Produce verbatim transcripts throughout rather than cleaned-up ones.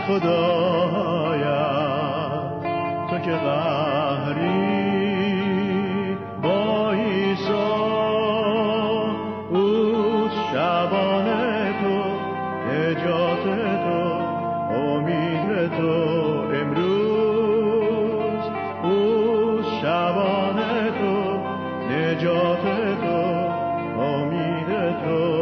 خدایا تو که قهری با عیسی او شبانه تو نجات تو امید تو امروز او شبانه تو نجات تو امید تو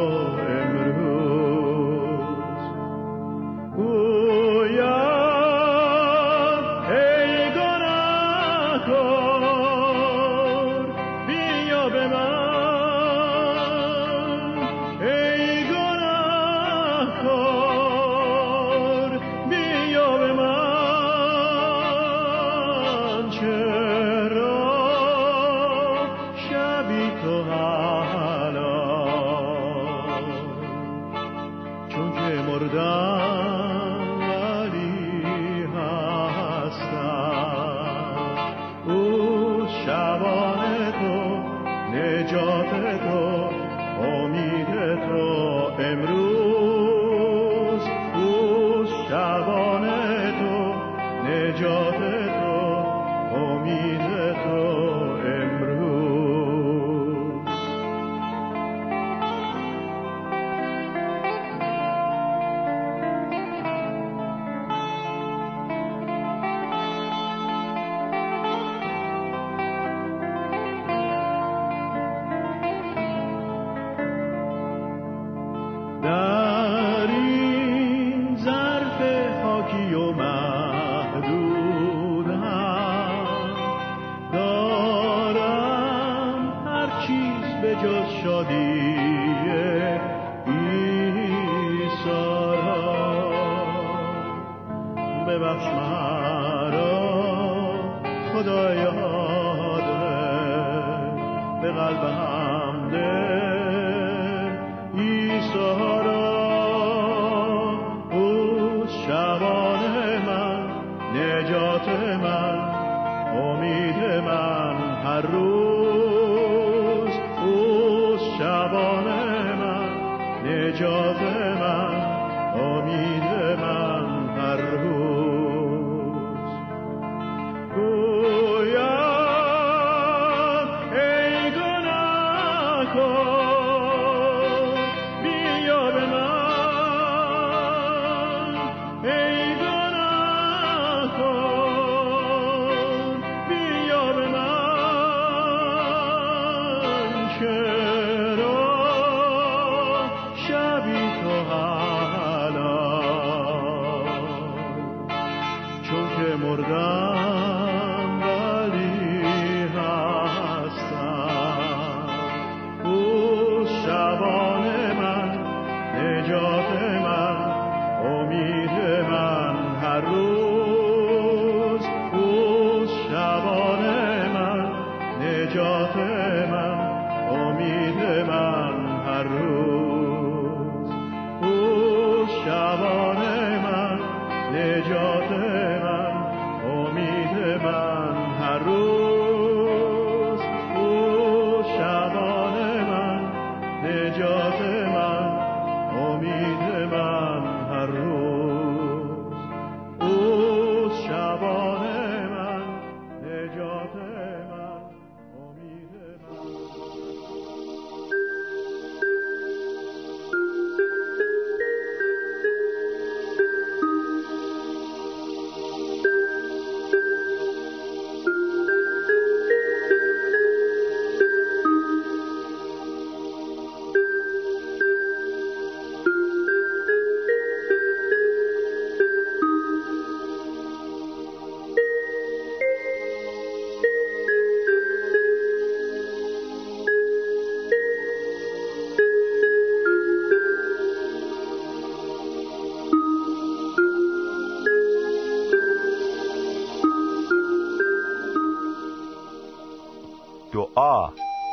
دعا.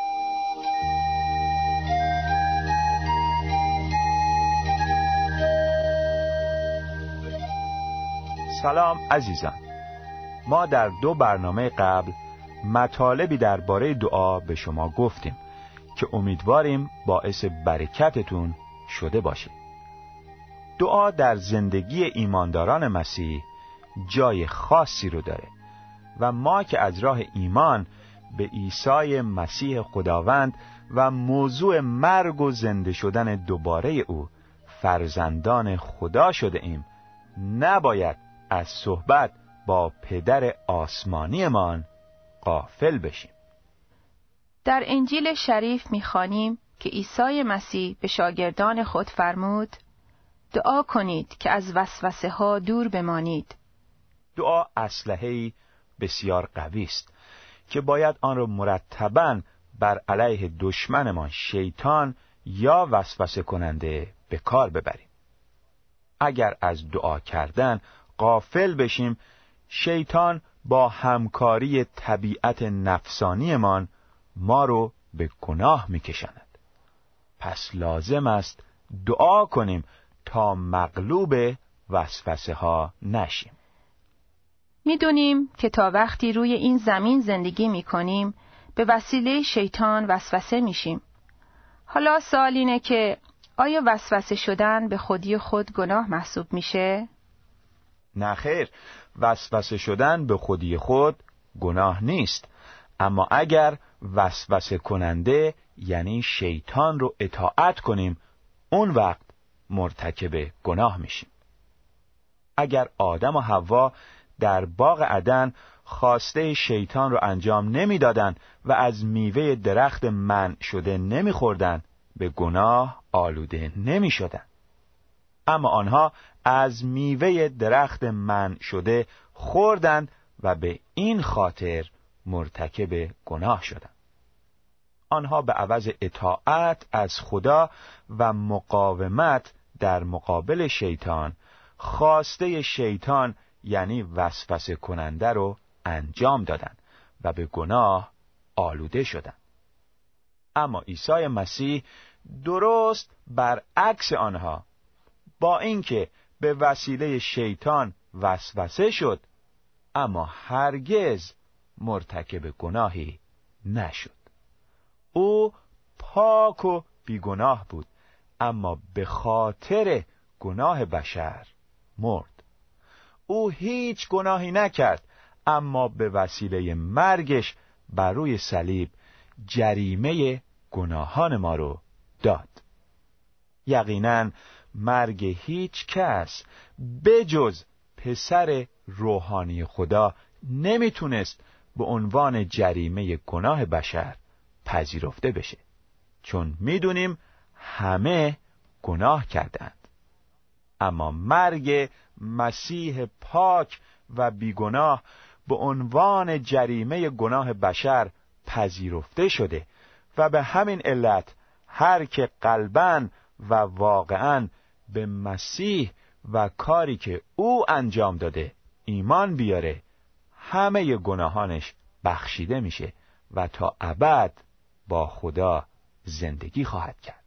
سلام عزیزان، ما در دو برنامه قبل مطالبی درباره دعا به شما گفتیم که امیدواریم باعث برکتتون شده باشه. دعا در زندگی ایمانداران مسیح جای خاصی رو داره و ما که از راه ایمان به عیسی مسیح خداوند و موضوع مرگ و زنده شدن دوباره او فرزندان خدا شده ایم، نباید از صحبت با پدر آسمانیمان غافل بشیم. در انجیل شریف می‌خوانیم که عیسی مسیح به شاگردان خود فرمود: دعا کنید که از وسوسه ها دور بمانید. دعا اسلحه‌ای بسیار قوی است که باید آن را مرتباً بر علیه دشمنمان شیطان یا وسوسه کننده به کار ببریم. اگر از دعا کردن غافل بشیم، شیطان با همکاری طبیعت نفسانیمان ما رو به گناه میکشاند. پس لازم است دعا کنیم تا مغلوب وسوسه ها نشیم. میدونیم که تا وقتی روی این زمین زندگی میکنیم به وسیله شیطان وسوسه میشیم. حالا سوال اینه که آیا وسوسه شدن به خودی خود گناه محسوب میشه؟ نه خیر، وسوسه شدن به خودی خود گناه نیست، اما اگر وسوسه کننده یعنی شیطان رو اطاعت کنیم، اون وقت مرتکب گناه میشیم. اگر آدم و حوا در باغ عدن خواسته شیطان رو انجام نمیدادند و از میوه درخت منع شده نمیخوردند، به گناه آلوده نمیشدند. اما آنها از میوه درخت منع شده خوردند و به این خاطر مرتکب گناه شدند. آنها به عوض اطاعت از خدا و مقاومت در مقابل شیطان، خواسته شیطان یعنی وسوسه کننده رو انجام دادند و به گناه آلوده شدند. اما عیسی مسیح درست برعکس آنها، با اینکه به وسیله شیطان وسوسه شد، اما هرگز مرتکب گناهی نشد. او پاک و بیگناه بود، اما به خاطر گناه بشر مرد. او هیچ گناهی نکرد، اما به وسیله مرگش بر روی صلیب جریمه گناهان ما رو داد. یقیناً مرگ هیچ کس بجز پسر روحانی خدا نمیتونست به عنوان جریمه گناه بشر پذیرفته بشه، چون میدونیم همه گناه کردند. اما مرگ مسیح پاک و بیگناه به عنوان جریمه گناه بشر پذیرفته شده و به همین علت هر که قلباً و واقعاً به مسیح و کاری که او انجام داده ایمان بیاره، همه گناهانش بخشیده میشه و تا ابد با خدا زندگی خواهد کرد.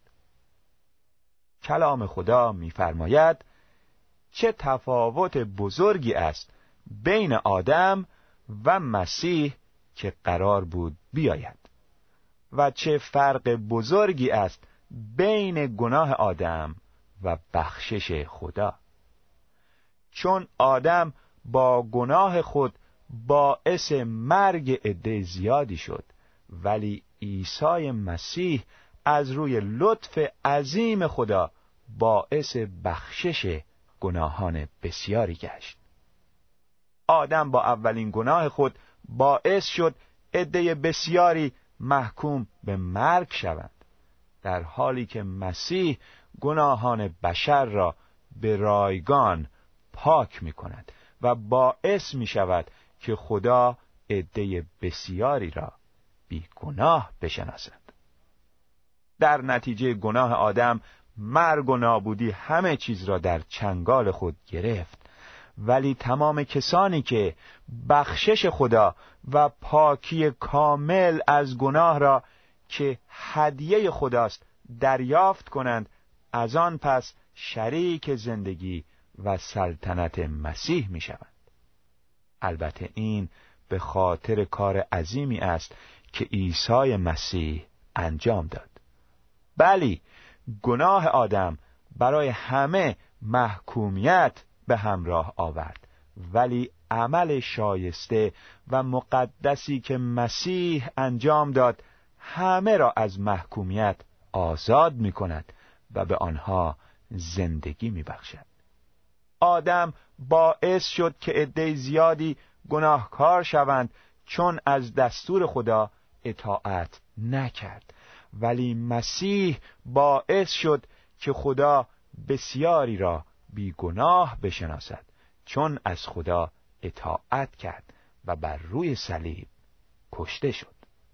کلام خدا می‌فرماید چه تفاوت بزرگی است بین آدم و مسیح که قرار بود بیاید، و چه فرق بزرگی است بین گناه آدم و بخشش خدا. چون آدم با گناه خود باعث مرگ عده زیادی شد، ولی عیسی مسیح از روی لطف عظیم خدا باعث بخشش گناهان بسیاری گشت. آدم با اولین گناه خود باعث شد عده بسیاری محکوم به مرگ شوند، در حالی که مسیح گناهان بشر را به رایگان پاک می کند و باعث می شود که خدا عده بسیاری را بی گناه بشناسد. در نتیجه گناه آدم مرگ و نابودی همه چیز را در چنگال خود گرفت، ولی تمام کسانی که بخشش خدا و پاکی کامل از گناه را که هدیه خداست دریافت کنند، از آن پس شریک زندگی و سلطنت مسیح می شوند. البته این به خاطر کار عظیمی است که عیسی مسیح انجام داد. بلی، گناه آدم برای همه محکومیت به همراه آورد، ولی عمل شایسته و مقدسی که مسیح انجام داد همه را از محکومیت آزاد می کند و به آنها زندگی می بخشد. آدم باعث شد که عده زیادی گناهکار شوند چون از دستور خدا اطاعت نکرد، ولی مسیح باعث شد که خدا بسیاری را بی گناه بشناسد چون از خدا اطاعت کرد و بر روی صلیب کشته شد.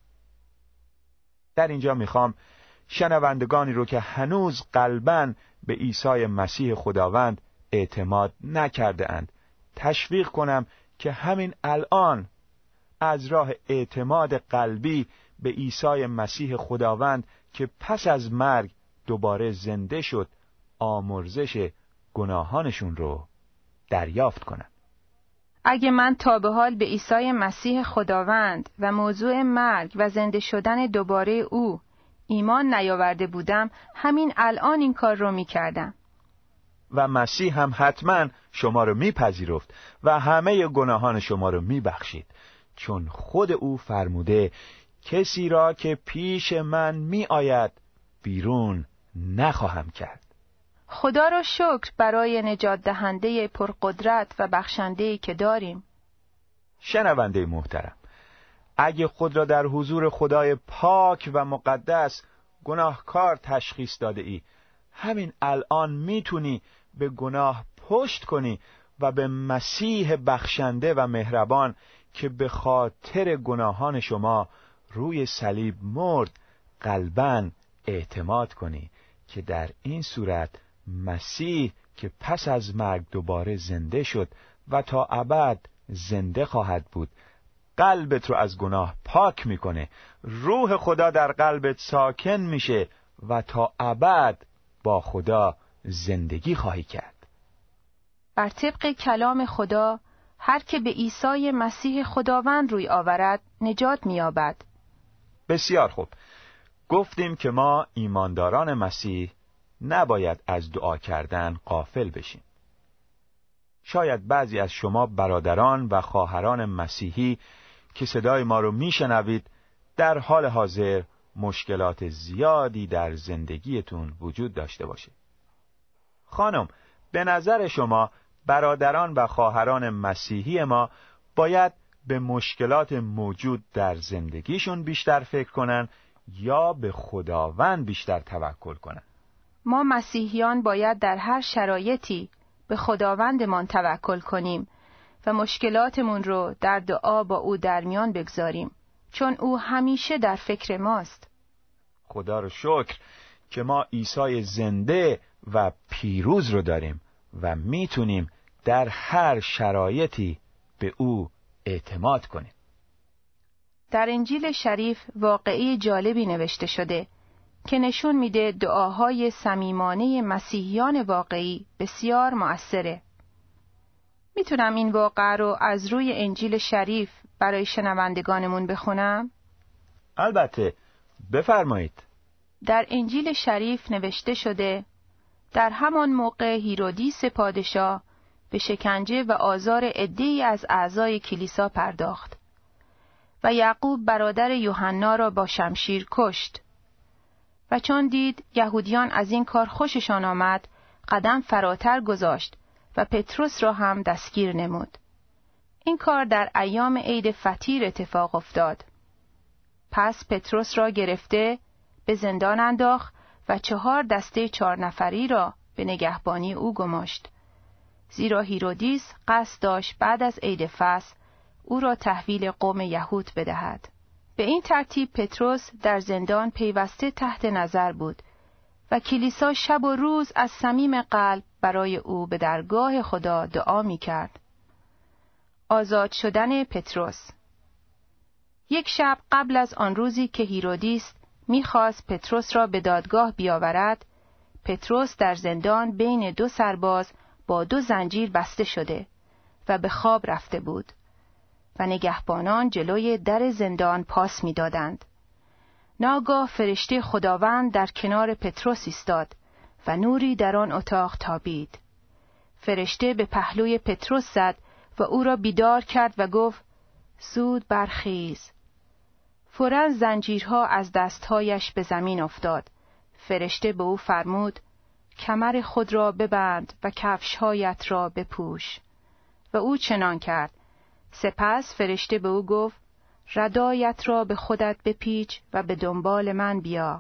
در اینجا میخوام شنوندگانی رو که هنوز قلباً به عیسی مسیح خداوند اعتماد نکرده اند تشویق کنم که همین الان از راه اعتماد قلبی به عیسی مسیح خداوند که پس از مرگ دوباره زنده شد آمرزش گناهانشون رو دریافت کنند. اگه من تا به حال به عیسی مسیح خداوند و موضوع مرگ و زنده شدن دوباره او ایمان نیاورده بودم، همین الان این کار رو میکردم. و مسیح هم حتما شما رو میپذیرفت و همه گناهان شما رو میبخشید، چون خود او فرموده کسی را که پیش من میآید بیرون نخواهم کرد. خدا را شکر برای نجات دهنده پرقدرت و بخشنده‌ای که داریم. شنونده محترم، اگه خود را در حضور خدای پاک و مقدس گناهکار تشخیص داده ای، همین الان میتونی به گناه پشت کنی و به مسیح بخشنده و مهربان که به خاطر گناهان شما روی صلیب مرد قلباً اعتماد کنی که در این صورت مسیح که پس از مرگ دوباره زنده شد و تا ابد زنده خواهد بود قلبت رو از گناه پاک میکنه، روح خدا در قلبت ساکن میشه و تا ابد با خدا زندگی خواهی کرد. بر طبق کلام خدا هر که به عیسی مسیح خداوند روی آورد نجات می‌یابد. بسیار خوب. گفتیم که ما ایمانداران مسیح نباید از دعا کردن غافل بشیم. شاید بعضی از شما برادران و خواهران مسیحی که صدای ما رو میشنوید در حال حاضر مشکلات زیادی در زندگیتون وجود داشته باشه. خانم، به نظر شما برادران و خواهران مسیحی ما باید به مشکلات موجود در زندگیشون بیشتر فکر کنن یا به خداوند بیشتر توکل کنن؟ ما مسیحیان باید در هر شرایطی به خداوندمان توکل کنیم و مشکلاتمون رو در دعا با او در میان بگذاریم، چون او همیشه در فکر ماست. خدا رو شکر که ما عیسی زنده و پیروز رو داریم و میتونیم در هر شرایطی به او اعتماد کنیم. در انجیل شریف واقعی جالبی نوشته شده که نشون میده دعاهای صمیمانه مسیحیان واقعی بسیار مؤثره. میتونم این واقعه رو از روی انجیل شریف برای شنوندگانمون بخونم؟ البته، بفرمایید. در انجیل شریف نوشته شده در همان موقع هیرودیس پادشاه به شکنجه و آزار عده‌ای از اعضای کلیسا پرداخت و یعقوب برادر یوحنا را با شمشیر کشت. و چون دید یهودیان از این کار خوششان آمد، قدم فراتر گذاشت و پتروس را هم دستگیر نمود. این کار در ایام عید فطیر اتفاق افتاد. پس پتروس را گرفته به زندان انداخت و چهار دسته چهار نفری را به نگهبانی او گماشت، زیرا هیرودیس قصد داشت بعد از عید فصح او را تحویل قوم یهود بدهد. به این ترتیب پتروس در زندان پیوسته تحت نظر بود و کلیسا شب و روز از صمیم قلب برای او به درگاه خدا دعا می کرد. آزاد شدن پتروس. یک شب قبل از آن روزی که هیرودیس می‌خواست پتروس را به دادگاه بیاورد، پتروس در زندان بین دو سرباز با دو زنجیر بسته شده و به خواب رفته بود و نگهبانان جلوی در زندان پاس می‌دادند. ناگاه فرشته خداوند در کنار پتروس ایستاد و نوری در آن اتاق تابید فرشته به پهلوی پتروس زد و او را بیدار کرد و گفت زود برخیز. فوراً زنجیرها از دستهایش به زمین افتاد. فرشته به او فرمود کمر خود را ببند و کفشهایت را بپوش. و او چنان کرد. سپس فرشته به او گفت ردایت را به خودت بپیچ و به دنبال من بیا.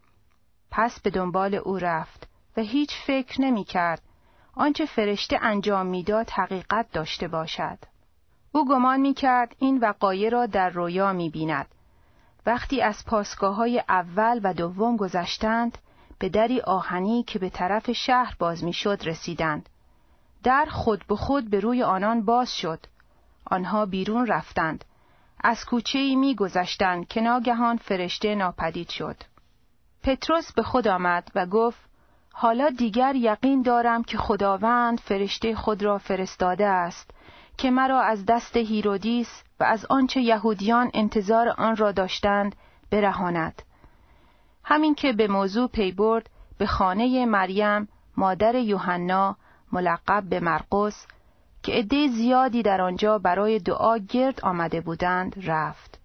پس به دنبال او رفت و هیچ فکر نمی کرد آنچه فرشته انجام میداد حقیقت داشته باشد. او گمان می کرد این وقایع را در رویا می بیند. وقتی از پاسگاه‌های اول و دوم گذشتند، به دری آهنی که به طرف شهر باز می شد رسیدند. در خود به خود به روی آنان باز شد. آنها بیرون رفتند. از کوچه‌ای می گذشتند که ناگهان فرشته ناپدید شد. پتروس به خود آمد و گفت حالا دیگر یقین دارم که خداوند فرشته خود را فرستاده است که مرا از دست هیرودیس و از آنچه یهودیان انتظار آن را داشتند برهاند. همین که به موضوع پی برد، به خانه مریم مادر یوحنا ملقب به مرقس که عده زیادی در آنجا برای دعا گرد آمده بودند رفت.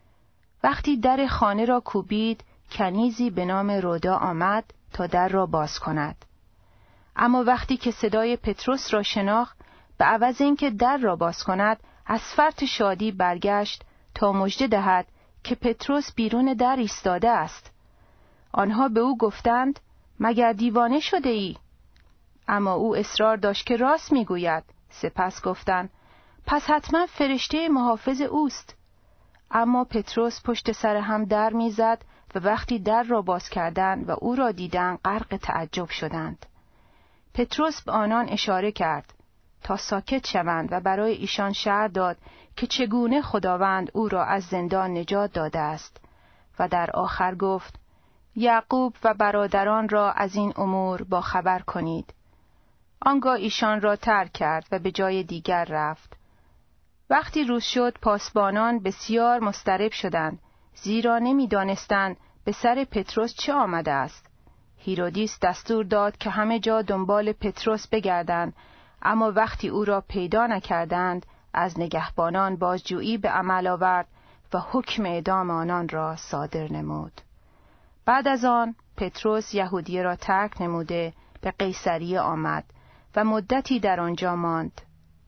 وقتی در خانه را کوبید، کنیزی به نام رودا آمد تا در را باز کند. اما وقتی که صدای پتروس را شناخت، به عوض اینکه در را باز کند، از فرط شادی برگشت تا مژده دهد که پتروس بیرون در ایستاده است. آنها به او گفتند مگر دیوانه شده ای؟ اما او اصرار داشت که راست میگوید. سپس گفتند پس حتما فرشته محافظ اوست. اما پتروس پشت سر هم در میزد و وقتی در را باز کردند و او را دیدند غرق تعجب شدند. پتروس به آنان اشاره کرد تا ساکت شوند و برای ایشان شرح داد که چگونه خداوند او را از زندان نجات داده است و در آخر گفت یعقوب و برادران را از این امور با خبر کنید. آنگاه ایشان را ترک کرد و به جای دیگر رفت. وقتی روز شد پاسبانان بسیار مضطرب شدند، زیرا نمی‌دانستند به سر پتروس چه آمده است. هیرودیس دستور داد که همه جا دنبال پتروس بگردند، اما وقتی او را پیدا نکردند از نگهبانان بازجویی به عمل آورد و حکم اعدام آنان را صادر نمود. بعد از آن پتروس یهودیه را ترک نموده به قیصریه آمد و مدتی در آنجا ماند.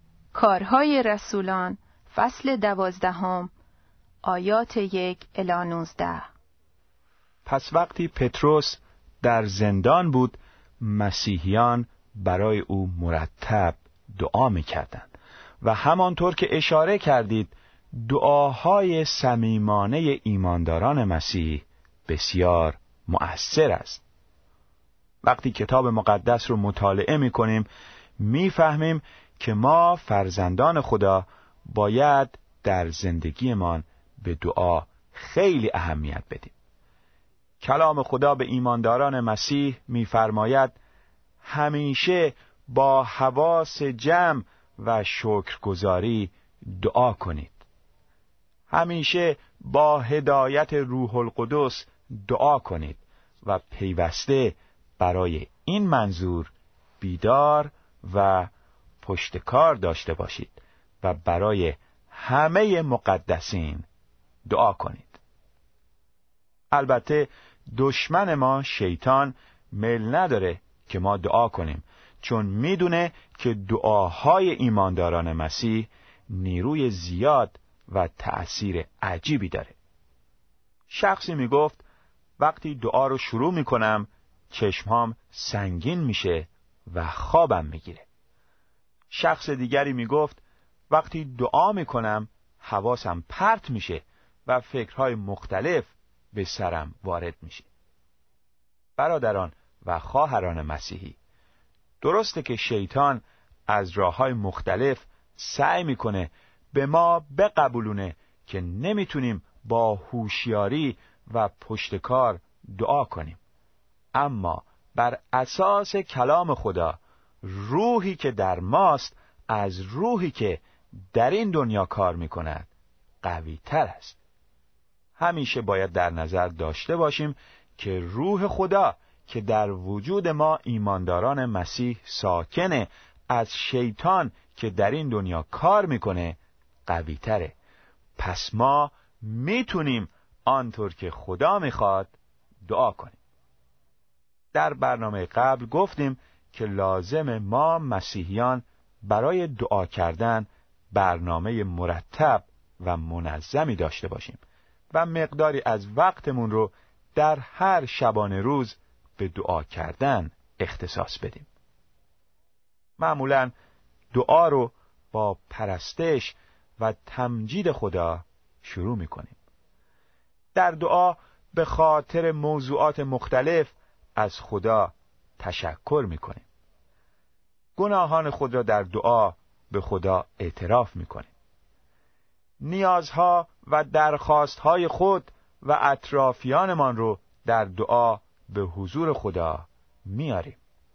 کارهای رسولان فصل دوازدهم آیات یک الی نوزده. پس وقتی پتروس در زندان بود، مسیحیان برای او مرتب دعا می‌کردند و همانطور که اشاره کردید دعاهای صمیمانه ایمانداران مسیح بسیار مؤثر است. وقتی کتاب مقدس رو مطالعه می‌کنیم می‌فهمیم که ما فرزندان خدا باید در زندگیمان به دعا خیلی اهمیت بدیم. کلام خدا به ایمانداران مسیح می‌فرماید همیشه با حواس جمع و شکرگزاری دعا کنید. همیشه با هدایت روح القدس دعا کنید و پیوسته برای این منظور بیدار و پشتکار داشته باشید و برای همه مقدسین دعا کنید. البته دشمن ما شیطان میل نداره که ما دعا کنیم، چون میدونه که دعاهای ایمانداران مسیح نیروی زیاد و تأثیر عجیبی داره. شخصی میگفت وقتی دعا رو شروع میکنم چشمهام سنگین میشه و خوابم میگیره. شخص دیگری میگفت وقتی دعا میکنم حواسم پرت میشه و فکرهای مختلف به سرم وارد میشه. برادران و خواهران مسیحی، درسته که شیطان از راههای مختلف سعی میکنه به ما بقبولونه که نمیتونیم با هوشیاری و پشتکار دعا کنیم، اما بر اساس کلام خدا روحی که در ماست از روحی که در این دنیا کار میکند قوی تر است. همیشه باید در نظر داشته باشیم که روح خدا که در وجود ما ایمانداران مسیح ساکنه از شیطان که در این دنیا کار میکنه قوی تره. پس ما میتونیم آنطور که خدا میخواد دعا کنیم. در برنامه قبل گفتیم که لازم ما مسیحیان برای دعا کردن برنامه مرتب و منظمی داشته باشیم و مقداری از وقتمون رو در هر شبانه روز به دعا کردن اختصاص بدیم. معمولاً دعا رو با پرستش و تمجید خدا شروع می‌کنیم. در دعا به خاطر موضوعات مختلف از خدا تشکر می‌کنیم. گناهان خود را در دعا به خدا اعتراف می‌کنیم. نیازها و درخواستهای خود و اطرافیانمان رو در دعا به حضور خدا میاریم.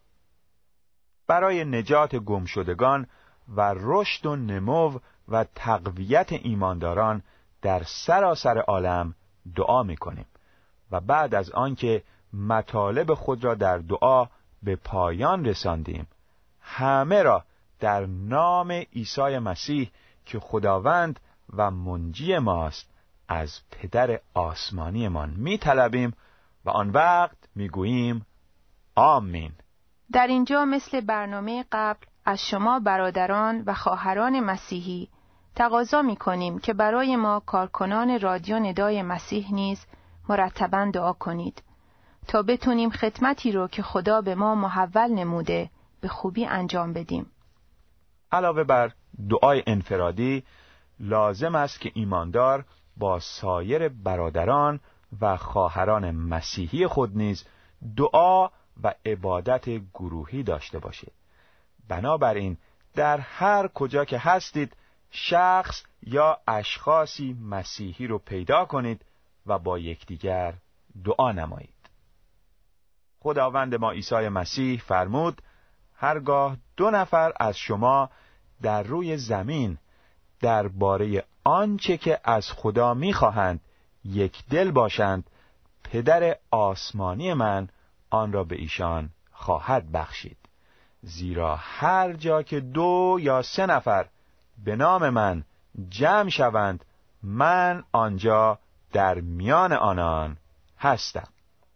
برای نجات گمشدگان و رشد و نمو و تقویت ایمانداران در سراسر عالم دعا میکنیم و بعد از آنکه مطالب خود را در دعا به پایان رساندیم، همه را در نام عیسی مسیح که خداوند و منجی ماست از پدر آسمانیمان می‌طلبیم و آن وقت می‌گوییم آمین. در اینجا مثل برنامه قبل از شما برادران و خواهران مسیحی تقاضا می‌کنیم که برای ما کارکنان رادیو ندای مسیح نیز مرتباً دعا کنید تا بتونیم خدمتی رو که خدا به ما محول نموده به خوبی انجام بدیم. علاوه بر دعای انفرادی، لازم است که ایماندار با سایر برادران و خواهران مسیحی خود نیز دعا و عبادت گروهی داشته باشید. بنابراین در هر کجا که هستید شخص یا اشخاصی مسیحی رو پیدا کنید و با یکدیگر دعا نمایید. خداوند ما عیسی مسیح فرمود هرگاه دو نفر از شما در روی زمین درباره آنچه که از خدا می‌خواهند یک دل باشند، پدر آسمانی من آن را به ایشان خواهد بخشید. زیرا هر جا که دو یا سه نفر به نام من جمع شوند، من آنجا در میان آنان هستم.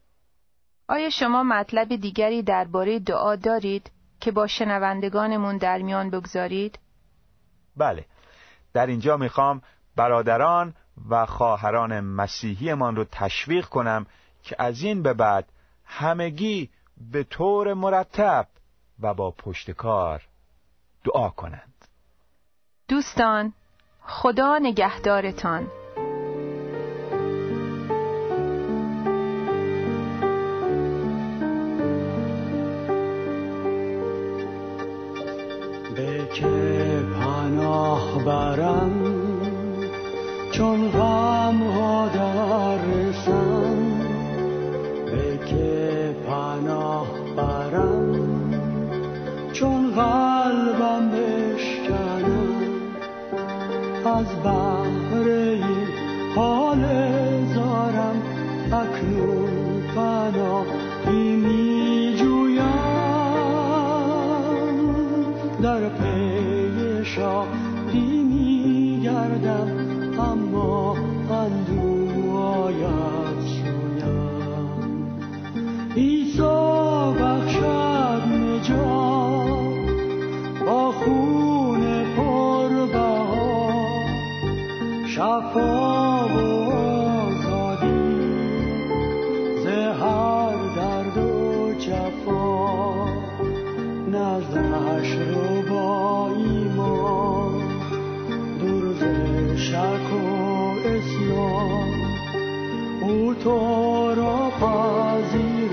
آیا شما مطلب دیگری درباره دعا دارید که با شنوندگانمون در میان بگذارید؟ بله، در اینجا میخوام برادران و خواهران مسیحیمان رو تشویق کنم که از این به بعد همگی به طور مرتب و با پشتکار دعا کنند. دوستان، خدا نگهدارتان. به که پناه برم چون غم ها در رسم، به که پناه برم چون قلبم بشکنم، از بحر این حال زارم اکنون پناهی می جویم، در پی شادی می گردم اما اندوه آید سویم. عیسی بخشد نجات با خون پربها، شفا و آزادی ز هر درد و جفا، نزدش رو با ایمان دور ز شک و عصیان، او تو را پذیرد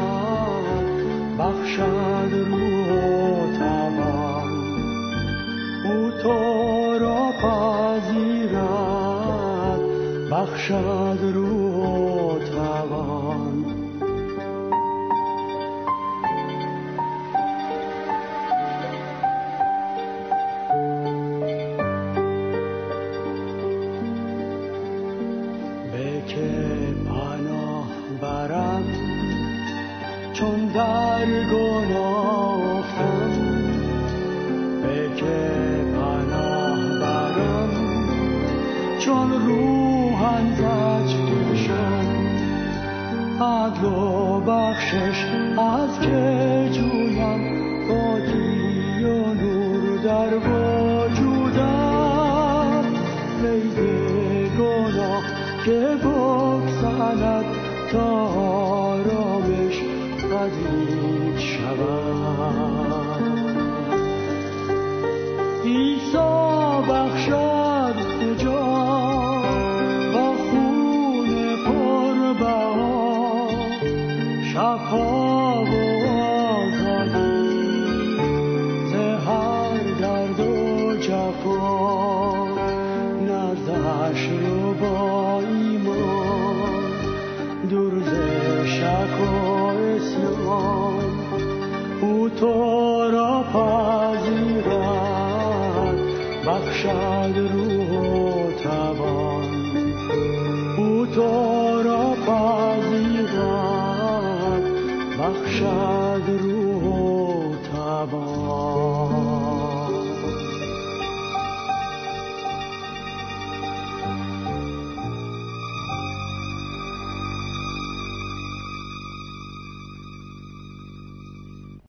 بخشد روح و توان، او تو را پذیرد بخشد روح و توان. چون در گناه افتم روحن زجرشان عدل و بخشش از که جویم پاکی و نور در وجودم فیض گناه که بگسلد تا آرامش پدید شود عیسی بخشد نجات با خون پربها شفا و آزادی ز هر درد و جفا نزدش رو با ایمان دور ز شک و عصیان او تو را پذیرد بخشد روح و توان او تو را پذیرد بخشد روح و توان